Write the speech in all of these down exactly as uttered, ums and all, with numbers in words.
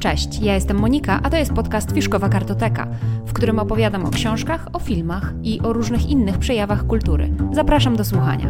Cześć, ja jestem Monika, a to jest podcast Fiszkowa Kartoteka, w którym opowiadam o książkach, o filmach i o różnych innych przejawach kultury. Zapraszam do słuchania.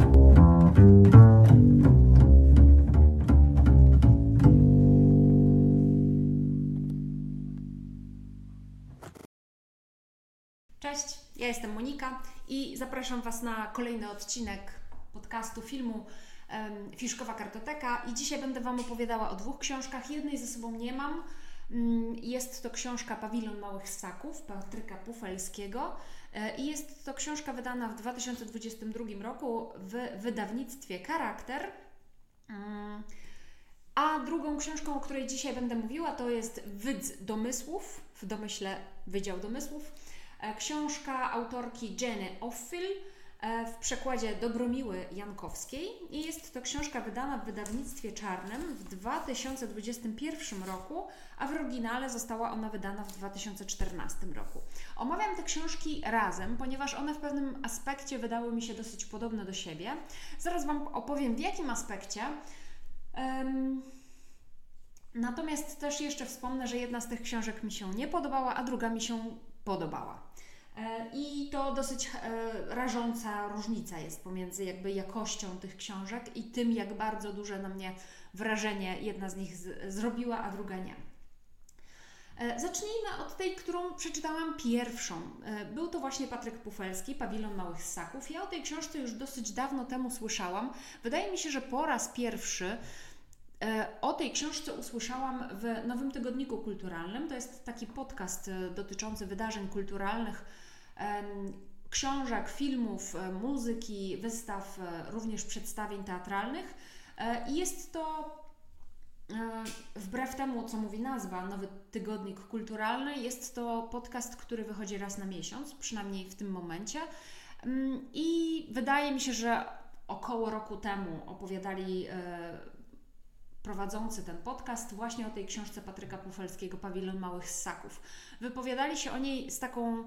Cześć, ja jestem Monika i zapraszam Was na kolejny odcinek podcastu, filmu Fiszkowa Kartoteka i dzisiaj będę Wam opowiadała o dwóch książkach. Jednej ze sobą nie mam. Jest to książka Pawilon Małych Ssaków Patryka Pufelskiego i jest to książka wydana w dwa tysiące dwudziestym drugim roku w wydawnictwie Charakter. A drugą książką, o której dzisiaj będę mówiła, to jest Wydz Domysłów, w domyśle Wydział Domysłów. Książka autorki Jenny Offill w przekładzie Dobromiły Jankowskiej i jest to książka wydana w wydawnictwie Czarnym w dwa tysiące dwudziestym pierwszym roku, a w oryginale została ona wydana w dwa tysiące czternastym roku. Omawiam te książki razem, ponieważ one w pewnym aspekcie wydały mi się dosyć podobne do siebie. Zaraz Wam opowiem, w jakim aspekcie. Um, natomiast też jeszcze wspomnę, że jedna z tych książek mi się nie podobała, a druga mi się podobała. I to dosyć rażąca różnica jest pomiędzy jakby jakością tych książek i tym, jak bardzo duże na mnie wrażenie jedna z nich z- zrobiła, a druga nie. Zacznijmy od tej, którą przeczytałam pierwszą. Był to właśnie Patryk Pufelski, Pawilon Małych Ssaków. Ja o tej książce już dosyć dawno temu słyszałam. Wydaje mi się, że po raz pierwszy o tej książce usłyszałam w Nowym Tygodniku Kulturalnym. To jest taki podcast dotyczący wydarzeń kulturalnych, książek, filmów, muzyki, wystaw, również przedstawień teatralnych. I jest to, wbrew temu, co mówi nazwa, Nowy Tygodnik Kulturalny, jest to podcast, który wychodzi raz na miesiąc, przynajmniej w tym momencie. I wydaje mi się, że około roku temu opowiadali prowadzący ten podcast właśnie o tej książce Patryka Pufelskiego Pawilon Małych Ssaków. Wypowiadali się o niej z taką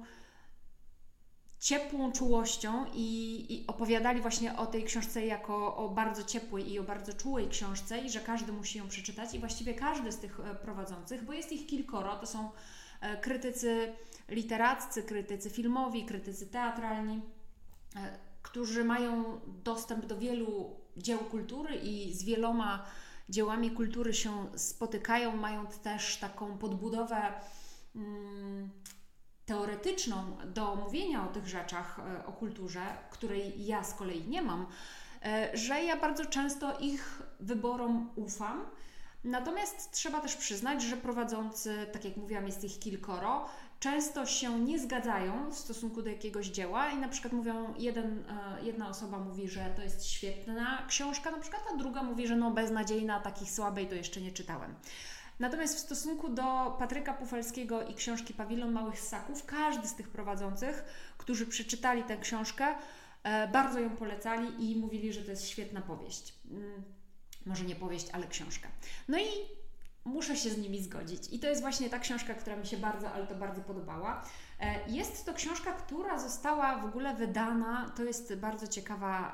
ciepłą czułością i, i opowiadali właśnie o tej książce jako o bardzo ciepłej i o bardzo czułej książce i że każdy musi ją przeczytać i właściwie każdy z tych prowadzących, bo jest ich kilkoro, to są krytycy literaccy, krytycy filmowi, krytycy teatralni, którzy mają dostęp do wielu dzieł kultury i z wieloma dziełami kultury się spotykają, mają też taką podbudowę mm, teoretyczną do mówienia o tych rzeczach, o kulturze, której ja z kolei nie mam, że ja bardzo często ich wyborom ufam. Natomiast trzeba też przyznać, że prowadzący, tak jak mówiłam, jest ich kilkoro, często się nie zgadzają w stosunku do jakiegoś dzieła i na przykład mówią, jeden, jedna osoba mówi, że to jest świetna książka, na przykład, a druga mówi, że no beznadziejna, takich słabej to jeszcze nie czytałem. Natomiast w stosunku do Patryka Pufelskiego i książki Pawilon Małych Ssaków, każdy z tych prowadzących, którzy przeczytali tę książkę, bardzo ją polecali i mówili, że to jest świetna powieść. Może nie powieść, ale książka. No i muszę się z nimi zgodzić. I to jest właśnie ta książka, która mi się bardzo, ale to bardzo podobała. Jest to książka, która została w ogóle wydana, to jest bardzo ciekawa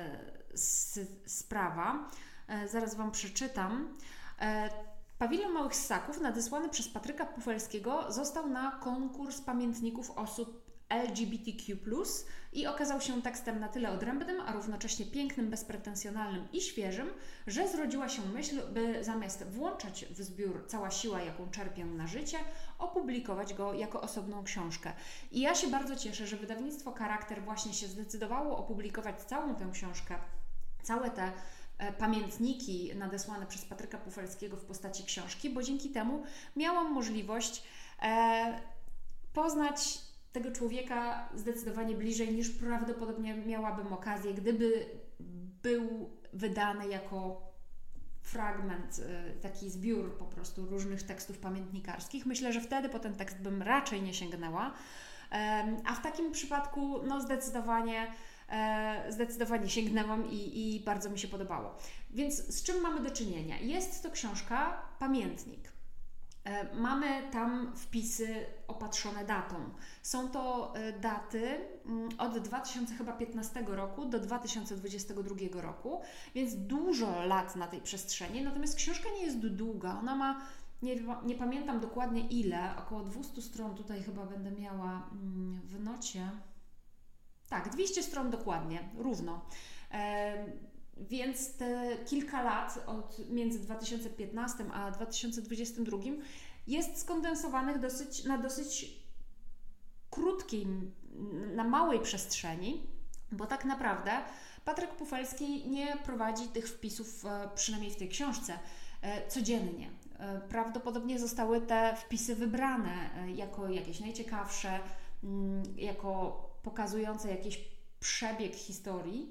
sprawa. Zaraz Wam przeczytam. Pawilon Małych Ssaków, nadesłany przez Patryka Pufelskiego, został na konkurs pamiętników osób L G B T Q plus, i okazał się tekstem na tyle odrębnym, a równocześnie pięknym, bezpretensjonalnym i świeżym, że zrodziła się myśl, by zamiast włączać w zbiór Cała siła, jaką czerpię na życie, opublikować go jako osobną książkę. I ja się bardzo cieszę, że wydawnictwo Charakter właśnie się zdecydowało opublikować całą tę książkę, całe te pamiętniki nadesłane przez Patryka Pufelskiego w postaci książki, bo dzięki temu miałam możliwość e, poznać tego człowieka zdecydowanie bliżej, niż prawdopodobnie miałabym okazję, gdyby był wydany jako fragment, taki zbiór po prostu różnych tekstów pamiętnikarskich. Myślę, że wtedy po ten tekst bym raczej nie sięgnęła, a w takim przypadku no zdecydowanie zdecydowanie sięgnęłam i, i bardzo mi się podobało. Więc z czym mamy do czynienia? Jest to książka pamiętnik. Mamy tam wpisy opatrzone datą. Są to daty od dwa tysiące piętnastego roku do dwa tysiące dwudziestego drugiego roku, więc dużo lat na tej przestrzeni. Natomiast książka nie jest długa, ona ma nie, nie pamiętam dokładnie ile, około dwieście stron tutaj chyba będę miała w nocie. Tak, dwieście stron dokładnie, równo. E, więc te kilka lat od między dwa tysiące piętnastym a dwa tysiące dwudziestym drugim jest skondensowanych dosyć, na dosyć krótkiej, na małej przestrzeni, bo tak naprawdę Patryk Pufelski nie prowadzi tych wpisów, przynajmniej w tej książce, codziennie. Prawdopodobnie zostały te wpisy wybrane jako jakieś najciekawsze, jako pokazujące jakiś przebieg historii,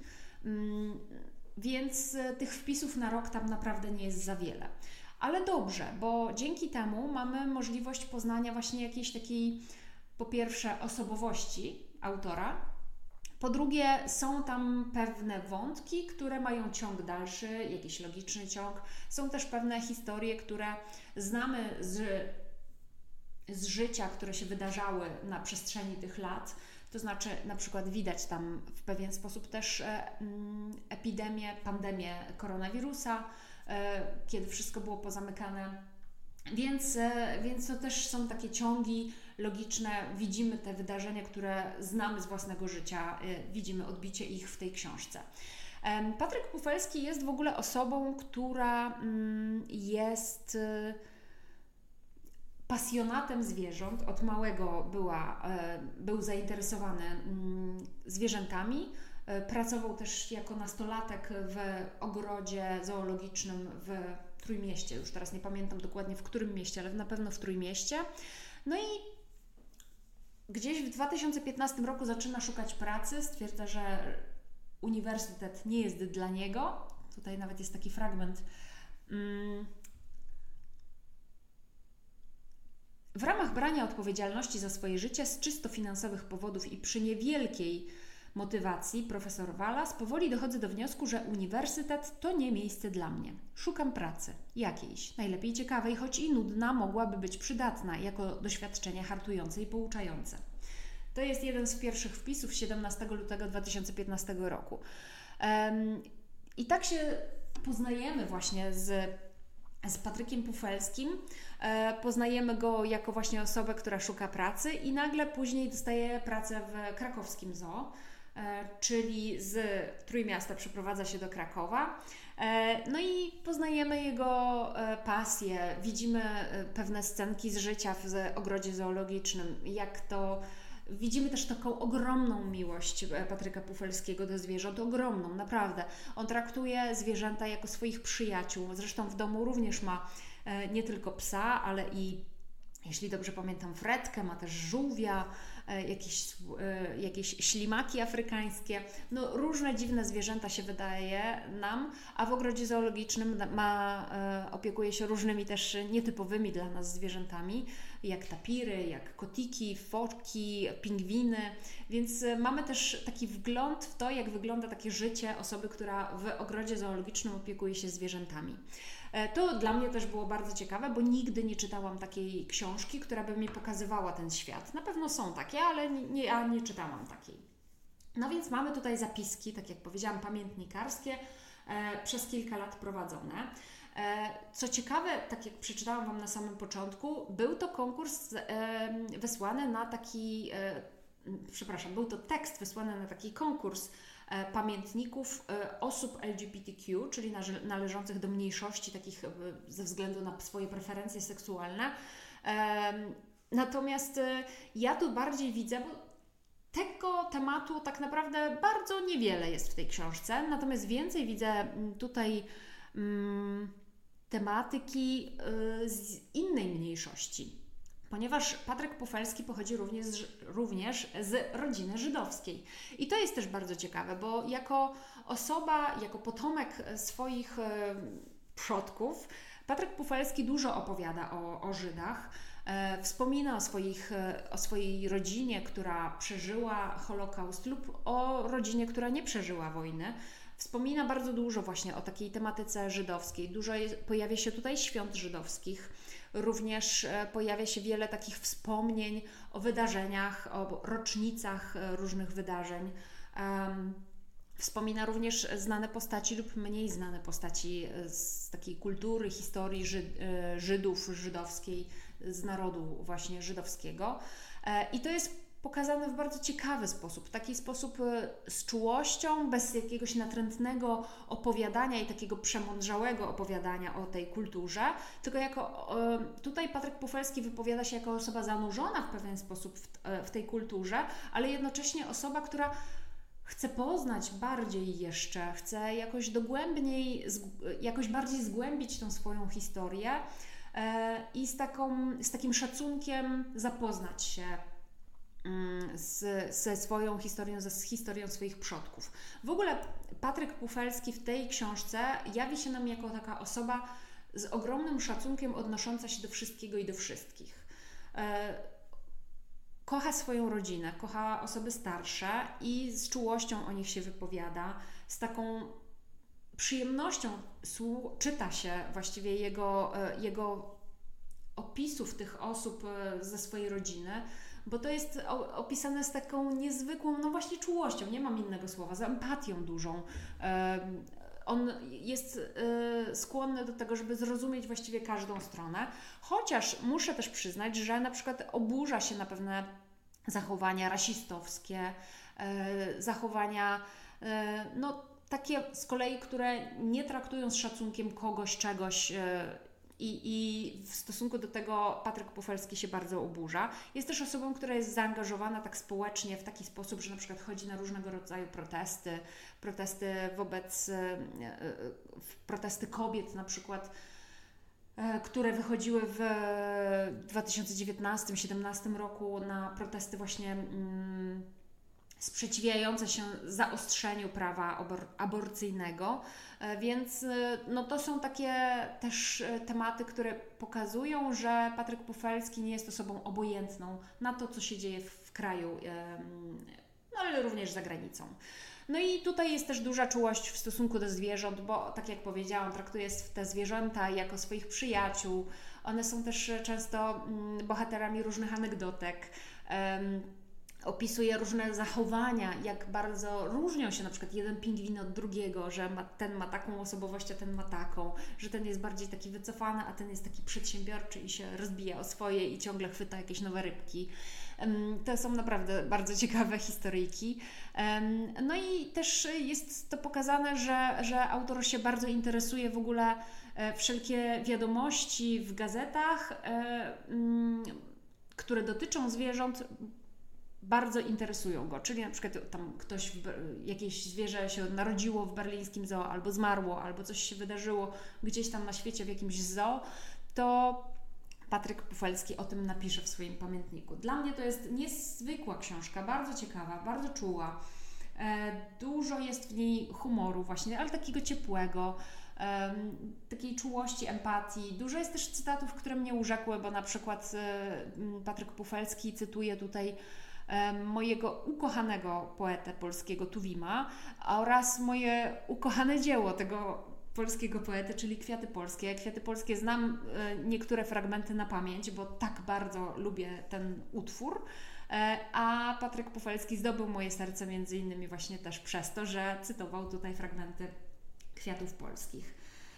więc tych wpisów na rok tam naprawdę nie jest za wiele. Ale dobrze, bo dzięki temu mamy możliwość poznania właśnie jakiejś takiej, po pierwsze, osobowości autora, po drugie, są tam pewne wątki, które mają ciąg dalszy, jakiś logiczny ciąg. Są też pewne historie, które znamy z, z życia, które się wydarzały na przestrzeni tych lat. To znaczy, na przykład widać tam w pewien sposób też e, epidemię, pandemię koronawirusa, e, kiedy wszystko było pozamykane. Więc, więc to też są takie ciągi logiczne, widzimy te wydarzenia, które znamy z własnego życia, widzimy odbicie ich w tej książce. Patryk Pufelski jest w ogóle osobą, która jest pasjonatem zwierząt. Od małego była, był zainteresowany zwierzętami. Pracował też jako nastolatek w ogrodzie zoologicznym w Trójmieście. Już teraz nie pamiętam dokładnie w którym mieście, ale na pewno w Trójmieście. No i gdzieś w dwa tysiące piętnastym roku zaczyna szukać pracy. Stwierdza, że uniwersytet nie jest dla niego. Tutaj nawet jest taki fragment. W ramach brania odpowiedzialności za swoje życie z czysto finansowych powodów i przy niewielkiej motywacji, profesor Wallace, powoli dochodzę do wniosku, że uniwersytet to nie miejsce dla mnie. Szukam pracy. Jakiejś. Najlepiej ciekawej, choć i nudna, mogłaby być przydatna jako doświadczenie hartujące i pouczające. To jest jeden z pierwszych wpisów siedemnastego lutego dwa tysiące piętnastego roku. Um, I tak się poznajemy właśnie z, z Patrykiem Pufelskim. E, poznajemy go jako właśnie osobę, która szuka pracy i nagle później dostaje pracę w krakowskim zoo. Czyli z Trójmiasta przeprowadza się do Krakowa. No i poznajemy jego pasję, widzimy pewne scenki z życia w ogrodzie zoologicznym, jak to widzimy też taką ogromną miłość Patryka Pufelskiego do zwierząt, ogromną, naprawdę. On traktuje zwierzęta jako swoich przyjaciół, zresztą w domu również ma nie tylko psa, ale i, jeśli dobrze pamiętam, fretkę, ma też żółwia, jakieś, jakieś ślimaki afrykańskie, no różne dziwne zwierzęta się wydaje nam, a w ogrodzie zoologicznym ma, opiekuje się różnymi też nietypowymi dla nas zwierzętami, jak tapiry, jak kotiki, foczki, pingwiny, więc mamy też taki wgląd w to, jak wygląda takie życie osoby, która w ogrodzie zoologicznym opiekuje się zwierzętami. To dla mnie też było bardzo ciekawe, bo nigdy nie czytałam takiej książki, która by mi pokazywała ten świat. Na pewno są takie, ale nie, ja nie czytałam takiej. No więc mamy tutaj zapiski, tak jak powiedziałam, pamiętnikarskie, e, przez kilka lat prowadzone. E, co ciekawe, tak jak przeczytałam Wam na samym początku, był to konkurs e, wysłany na taki, e, przepraszam, był to tekst wysłany na taki konkurs pamiętników osób L G B T Q, czyli należących do mniejszości, takich ze względu na swoje preferencje seksualne. Natomiast ja tu bardziej widzę, bo tego tematu tak naprawdę bardzo niewiele jest w tej książce, natomiast więcej widzę tutaj um, tematyki z innej mniejszości. Ponieważ Patryk Pufelski pochodzi również, również z rodziny żydowskiej. I to jest też bardzo ciekawe, bo jako osoba, jako potomek swoich e, przodków, Patryk Pufelski dużo opowiada o, o Żydach, e, wspomina o, swoich, e, o swojej rodzinie, która przeżyła Holokaust, lub o rodzinie, która nie przeżyła wojny. Wspomina bardzo dużo właśnie o takiej tematyce żydowskiej. Dużo jest, pojawia się tutaj świąt żydowskich. Również pojawia się wiele takich wspomnień o wydarzeniach, o rocznicach różnych wydarzeń. Wspomina również znane postaci lub mniej znane postaci z takiej kultury, historii Żydów, żydowskiej, z narodu właśnie żydowskiego. I to jest pokazane w bardzo ciekawy sposób, w taki sposób z czułością, bez jakiegoś natrętnego opowiadania i takiego przemądrzałego opowiadania o tej kulturze, tylko jako tutaj Patryk Pufelski wypowiada się jako osoba zanurzona w pewien sposób w, w tej kulturze, ale jednocześnie osoba, która chce poznać bardziej jeszcze, chce jakoś dogłębniej, jakoś bardziej zgłębić tą swoją historię i z, taką, z takim szacunkiem zapoznać się z, ze swoją historią, ze, z historią swoich przodków. W ogóle Patryk Pufelski w tej książce jawi się nam jako taka osoba z ogromnym szacunkiem odnosząca się do wszystkiego i do wszystkich. Kocha swoją rodzinę, kocha osoby starsze i z czułością o nich się wypowiada, z taką przyjemnością czyta się właściwie jego, jego opisów tych osób ze swojej rodziny, bo to jest opisane z taką niezwykłą, no właśnie czułością, nie mam innego słowa, z empatią dużą. On jest skłonny do tego, żeby zrozumieć właściwie każdą stronę, chociaż muszę też przyznać, że na przykład oburza się na pewne zachowania rasistowskie, zachowania no takie z kolei, które nie traktują z szacunkiem kogoś, czegoś. I, I w stosunku do tego Patryk Pufelski się bardzo oburza. Jest też osobą, która jest zaangażowana tak społecznie w taki sposób, że na przykład chodzi na różnego rodzaju protesty, protesty wobec, protesty kobiet na przykład, które wychodziły w dwa tysiące dziewiętnastym siedemnastym roku na protesty właśnie mm, sprzeciwiające się zaostrzeniu prawa abor- aborcyjnego, więc no to są takie też tematy, które pokazują, że Patryk Pufelski nie jest osobą obojętną na to, co się dzieje w kraju, no ale również za granicą. No i tutaj jest też duża czułość w stosunku do zwierząt, bo tak jak powiedziałam, traktuje te zwierzęta jako swoich przyjaciół. One są też często bohaterami różnych anegdotek. Opisuje różne zachowania, jak bardzo różnią się na przykład jeden pingwin od drugiego, że ma, ten ma taką osobowość, a ten ma taką, że ten jest bardziej taki wycofany, a ten jest taki przedsiębiorczy i się rozbija o swoje i ciągle chwyta jakieś nowe rybki. To są naprawdę bardzo ciekawe historyjki. No i też jest to pokazane, że, że autor się bardzo interesuje w ogóle wszelkie wiadomości w gazetach, które dotyczą zwierząt, bardzo interesują go, czyli na przykład tam ktoś, w, jakieś zwierzę się narodziło w berlińskim zoo, albo zmarło, albo coś się wydarzyło gdzieś tam na świecie w jakimś zoo, to Patryk Pufelski o tym napisze w swoim pamiętniku. Dla mnie to jest niezwykła książka, bardzo ciekawa, bardzo czuła. E, dużo jest w niej humoru właśnie, ale takiego ciepłego, e, takiej czułości, empatii. Dużo jest też cytatów, które mnie urzekły, bo na przykład e, Patryk Pufelski cytuje tutaj mojego ukochanego poetę polskiego Tuwima oraz moje ukochane dzieło tego polskiego poety, czyli Kwiaty Polskie. Kwiaty Polskie znam niektóre fragmenty na pamięć, bo tak bardzo lubię ten utwór, a Patryk Pufelski zdobył moje serce między innymi właśnie też przez to, że cytował tutaj fragmenty Kwiatów Polskich.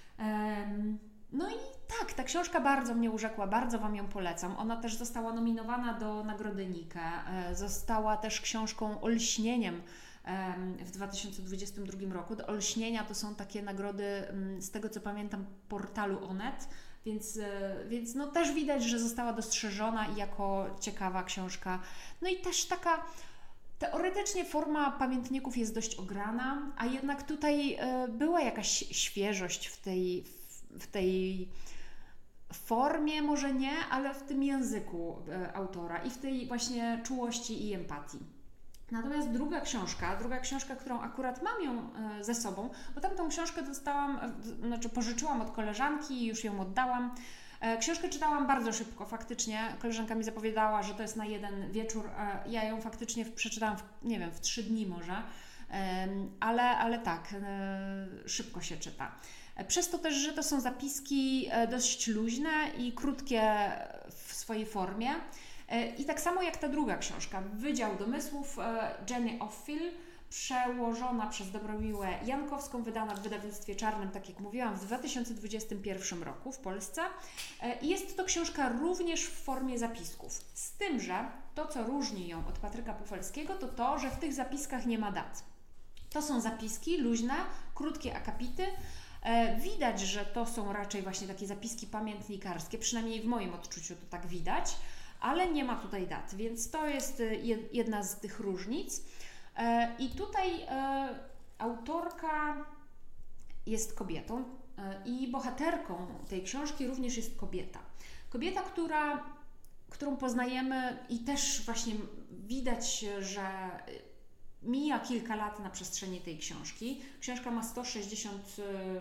No i tak, ta książka bardzo mnie urzekła, bardzo Wam ją polecam. Ona też została nominowana do Nagrody Nike, została też książką olśnieniem w dwa tysiące dwudziestym drugim roku. Olśnienia to są takie nagrody, z tego co pamiętam, portalu Onet, więc, więc no też widać, że została dostrzeżona i jako ciekawa książka. No i też taka teoretycznie forma pamiętników jest dość ograna, a jednak tutaj była jakaś świeżość w tej, w tej formie, może nie, ale w tym języku autora i w tej właśnie czułości i empatii. Natomiast druga książka, druga książka, którą akurat mam ją ze sobą, bo tamtą książkę dostałam, znaczy pożyczyłam od koleżanki i już ją oddałam. Książkę czytałam bardzo szybko, faktycznie. Koleżanka mi zapowiadała, że to jest na jeden wieczór. Ja ją faktycznie przeczytałam, w, nie wiem, w trzy dni może, ale, ale tak, szybko się czyta. Przez to też, że to są zapiski dość luźne i krótkie w swojej formie. I tak samo jak ta druga książka, Wydział Domysłów, Jenny Offill, przełożona przez Dobromiłę Jankowską, wydana w wydawnictwie Czarnym, tak jak mówiłam, w dwa tysiące dwudziestym pierwszym roku w Polsce. I jest to książka również w formie zapisków. Z tym, że to, co różni ją od Patryka Pufelskiego, to to, że w tych zapiskach nie ma dat. To są zapiski luźne, krótkie akapity. Widać, że to są raczej właśnie takie zapiski pamiętnikarskie, przynajmniej w moim odczuciu to tak widać, ale nie ma tutaj dat, więc to jest jedna z tych różnic. I tutaj autorka jest kobietą i bohaterką tej książki również jest kobieta. Kobieta, która, którą poznajemy i też właśnie widać, że mija kilka lat na przestrzeni tej książki. Książka ma sto sześćdziesiąt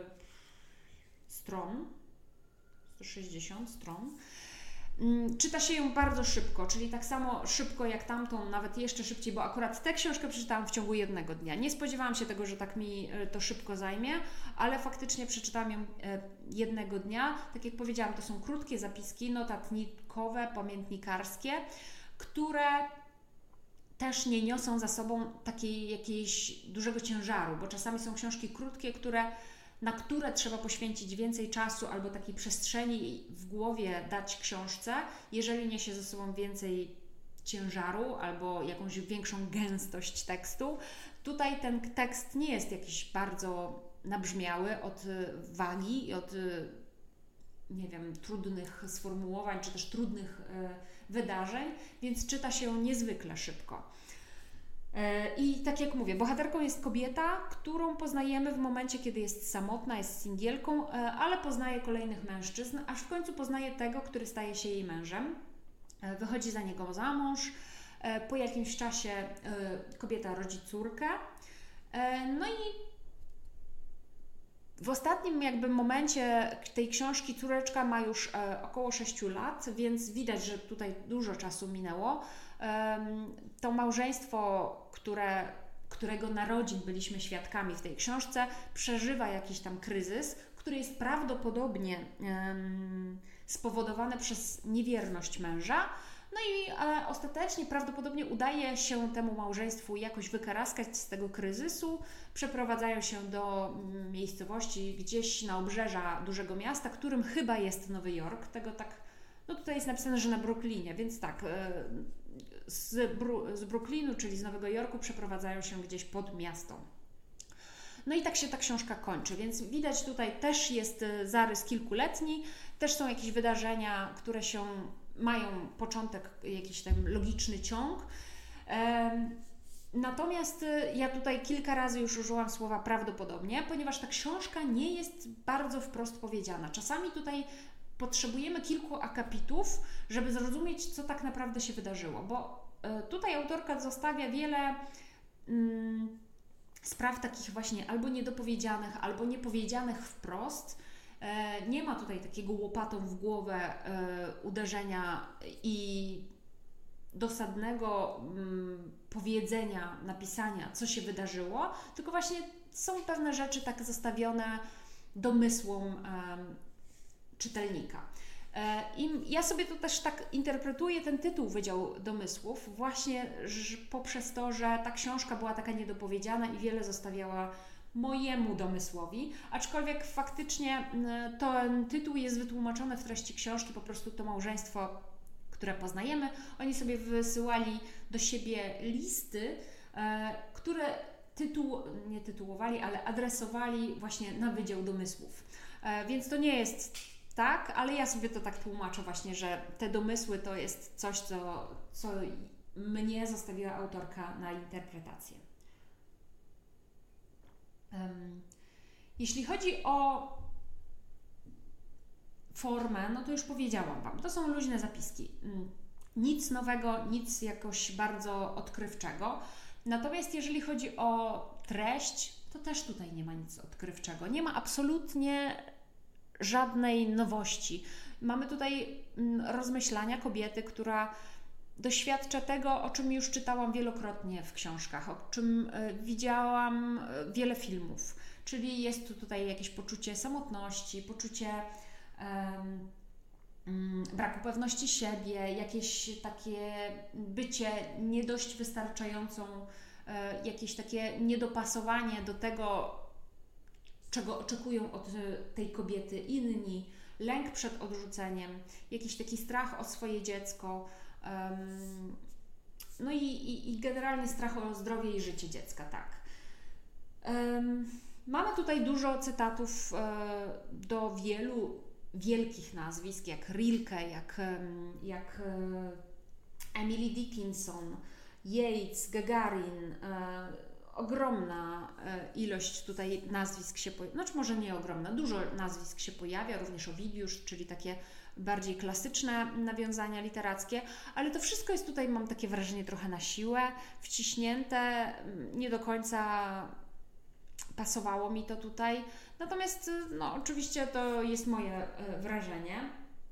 stron. sto sześćdziesiąt stron. Czyta się ją bardzo szybko, czyli tak samo szybko jak tamtą, nawet jeszcze szybciej, bo akurat tę książkę przeczytałam w ciągu jednego dnia. Nie spodziewałam się tego, że tak mi to szybko zajmie, ale faktycznie przeczytałam ją jednego dnia. Tak jak powiedziałam, to są krótkie zapiski notatnikowe, pamiętnikarskie, które też nie niosą za sobą takiej jakiegoś dużego ciężaru, bo czasami są książki krótkie, które, na które trzeba poświęcić więcej czasu albo takiej przestrzeni w głowie dać książce, jeżeli niesie ze sobą więcej ciężaru albo jakąś większą gęstość tekstu. Tutaj ten tekst nie jest jakiś bardzo nabrzmiały od wagi i od, nie wiem, trudnych sformułowań czy też trudnych wydarzeń, więc czyta się niezwykle szybko. I tak jak mówię, bohaterką jest kobieta, którą poznajemy w momencie, kiedy jest samotna, jest singielką, ale poznaje kolejnych mężczyzn, aż w końcu poznaje tego, który staje się jej mężem. Wychodzi za niego za mąż, po jakimś czasie kobieta rodzi córkę, no i w ostatnim jakby momencie tej książki córeczka ma już e, około sześciu lat, więc widać, że tutaj dużo czasu minęło. E, to małżeństwo, które, którego narodzin byliśmy świadkami w tej książce, przeżywa jakiś tam kryzys, który jest prawdopodobnie e, spowodowany przez niewierność męża. No i e, ostatecznie prawdopodobnie udaje się temu małżeństwu jakoś wykaraskać z tego kryzysu. Przeprowadzają się do mm, miejscowości gdzieś na obrzeża dużego miasta, którym chyba jest Nowy Jork. Tego tak, no tutaj jest napisane, że na Brooklynie, więc tak, e, z, Bru, z Brooklynu, czyli z Nowego Jorku, przeprowadzają się gdzieś pod miasto. No i tak się ta książka kończy, więc widać tutaj też jest zarys kilkuletni, też są jakieś wydarzenia, które się mają początek, jakiś tam logiczny ciąg. Natomiast ja tutaj kilka razy już użyłam słowa prawdopodobnie, ponieważ ta książka nie jest bardzo wprost powiedziana. Czasami tutaj potrzebujemy kilku akapitów, żeby zrozumieć, co tak naprawdę się wydarzyło, bo tutaj autorka zostawia wiele mm, spraw takich właśnie albo niedopowiedzianych, albo niepowiedzianych wprost. Nie ma tutaj takiego łopatą w głowę uderzenia i dosadnego powiedzenia, napisania, co się wydarzyło, tylko właśnie są pewne rzeczy tak zostawione domysłom czytelnika. I ja sobie to też tak interpretuję, ten tytuł Wydział Domysłów, właśnie poprzez to, że ta książka była taka niedopowiedziana i wiele zostawiała mojemu domysłowi, aczkolwiek faktycznie ten tytuł jest wytłumaczony w treści książki, po prostu to małżeństwo, które poznajemy, oni sobie wysyłali do siebie listy, które tytuł, nie tytułowali, ale adresowali właśnie na Wydział Domysłów. Więc to nie jest tak, ale ja sobie to tak tłumaczę właśnie, że te domysły to jest coś, co, co mnie zostawiła autorka na interpretację. Um, jeśli chodzi o formę, no to już powiedziałam Wam, to są luźne zapiski. Nic nowego, nic jakoś bardzo odkrywczego. Natomiast jeżeli chodzi o treść, to też tutaj nie ma nic odkrywczego. Nie ma absolutnie żadnej nowości. Mamy tutaj rozmyślania kobiety, która doświadcza tego, o czym już czytałam wielokrotnie w książkach, o czym widziałam wiele filmów. Czyli jest tu tutaj jakieś poczucie samotności, poczucie um, braku pewności siebie, jakieś takie bycie nie dość wystarczającą jakieś takie niedopasowanie do tego, czego oczekują od tej kobiety inni, lęk przed odrzuceniem, jakiś taki strach o swoje dziecko, no i, i, i generalnie strach o zdrowie i życie dziecka, tak. Mamy tutaj dużo cytatów do wielu wielkich nazwisk, jak Rilke, jak, jak Emily Dickinson, Yeats, Gagarin. Ogromna ilość tutaj nazwisk się pojawia, znaczy może nie ogromna, dużo nazwisk się pojawia, również Owidiusz, czyli takie bardziej klasyczne nawiązania literackie, ale to wszystko jest tutaj, mam takie wrażenie, trochę na siłę wciśnięte, nie do końca pasowało mi to tutaj, natomiast no oczywiście to jest moje wrażenie.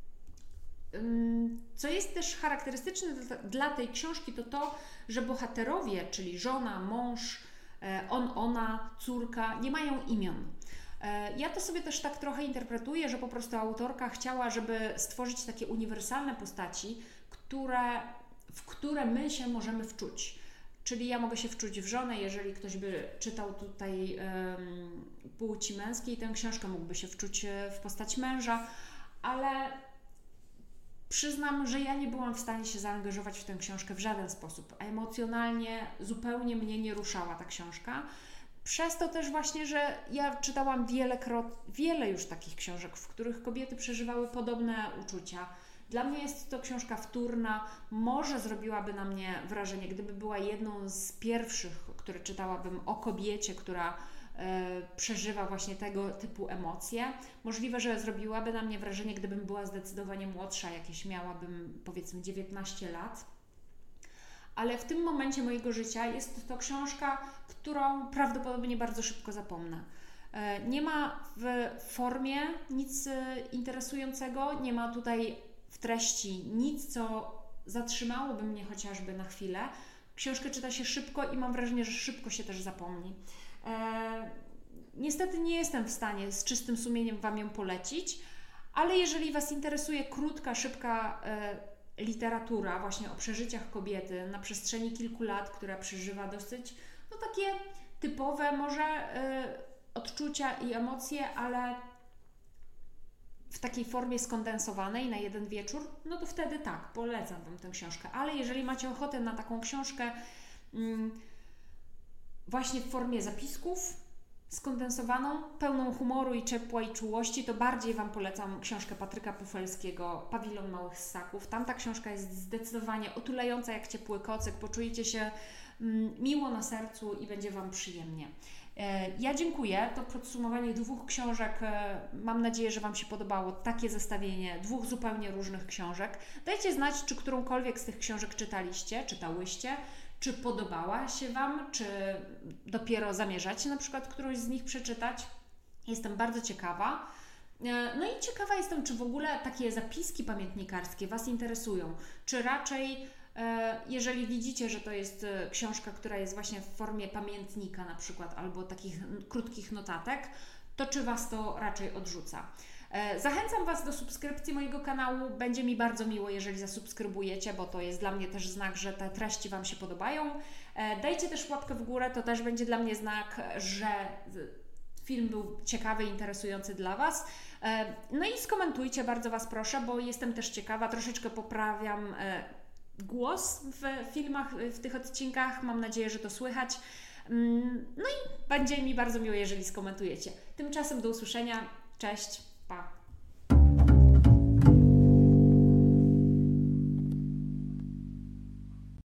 Co jest też charakterystyczne dla tej książki, to to, że bohaterowie, czyli żona, mąż, on, ona, córka, nie mają imion. Ja to sobie też tak trochę interpretuję, że po prostu autorka chciała, żeby stworzyć takie uniwersalne postaci, które, w które my się możemy wczuć. Czyli ja mogę się wczuć w żonę, jeżeli ktoś by czytał tutaj um, płci męskiej tę książkę, mógłby się wczuć w postać męża, ale przyznam, że ja nie byłam w stanie się zaangażować w tę książkę w żaden sposób. A emocjonalnie zupełnie mnie nie ruszała ta książka. Przez to też właśnie, że ja czytałam wielekrotnie, wiele już takich książek, w których kobiety przeżywały podobne uczucia. Dla mnie jest to książka wtórna, może zrobiłaby na mnie wrażenie, gdyby była jedną z pierwszych, które czytałabym o kobiecie, która e, przeżywa właśnie tego typu emocje. Możliwe, że zrobiłaby na mnie wrażenie, gdybym była zdecydowanie młodsza, jakieś miałabym powiedzmy dziewiętnaście lat. Ale w tym momencie mojego życia jest to książka, którą prawdopodobnie bardzo szybko zapomnę. Nie ma w formie nic interesującego, nie ma tutaj w treści nic, co zatrzymałoby mnie chociażby na chwilę. Książkę czyta się szybko i mam wrażenie, że szybko się też zapomni. E, niestety nie jestem w stanie z czystym sumieniem Wam ją polecić, ale jeżeli Was interesuje krótka, szybka e, literatura właśnie o przeżyciach kobiety na przestrzeni kilku lat, która przeżywa dosyć no takie typowe może e, odczucia i emocje, ale w takiej formie skondensowanej na jeden wieczór, no to wtedy tak, polecam Wam tę książkę. Ale jeżeli macie ochotę na taką książkę mm, właśnie w formie zapisków, skondensowaną, pełną humoru i ciepła i czułości, to bardziej Wam polecam książkę Patryka Pufelskiego, Pawilon małych ssaków. Tamta książka jest zdecydowanie otulająca jak ciepły kocyk, poczujecie się mm, miło na sercu i będzie Wam przyjemnie. Ja dziękuję. To podsumowanie dwóch książek. Mam nadzieję, że Wam się podobało takie zestawienie dwóch zupełnie różnych książek. Dajcie znać, czy którąkolwiek z tych książek czytaliście, czytałyście, czy podobała się Wam, czy dopiero zamierzacie na przykład którąś z nich przeczytać. Jestem bardzo ciekawa. No i ciekawa jestem, czy w ogóle takie zapiski pamiętnikarskie Was interesują, czy raczej jeżeli widzicie, że to jest książka, która jest właśnie w formie pamiętnika na przykład, albo takich krótkich notatek, to czy Was to raczej odrzuca? Zachęcam Was do subskrypcji mojego kanału. Będzie mi bardzo miło, jeżeli zasubskrybujecie, bo to jest dla mnie też znak, że te treści Wam się podobają. Dajcie też łapkę w górę, to też będzie dla mnie znak, że film był ciekawy, interesujący dla Was. No i skomentujcie, bardzo Was proszę, bo jestem też ciekawa, troszeczkę poprawiam głos w filmach, w tych odcinkach. Mam nadzieję, że to słychać. No i będzie mi bardzo miło, jeżeli skomentujecie. Tymczasem do usłyszenia. Cześć!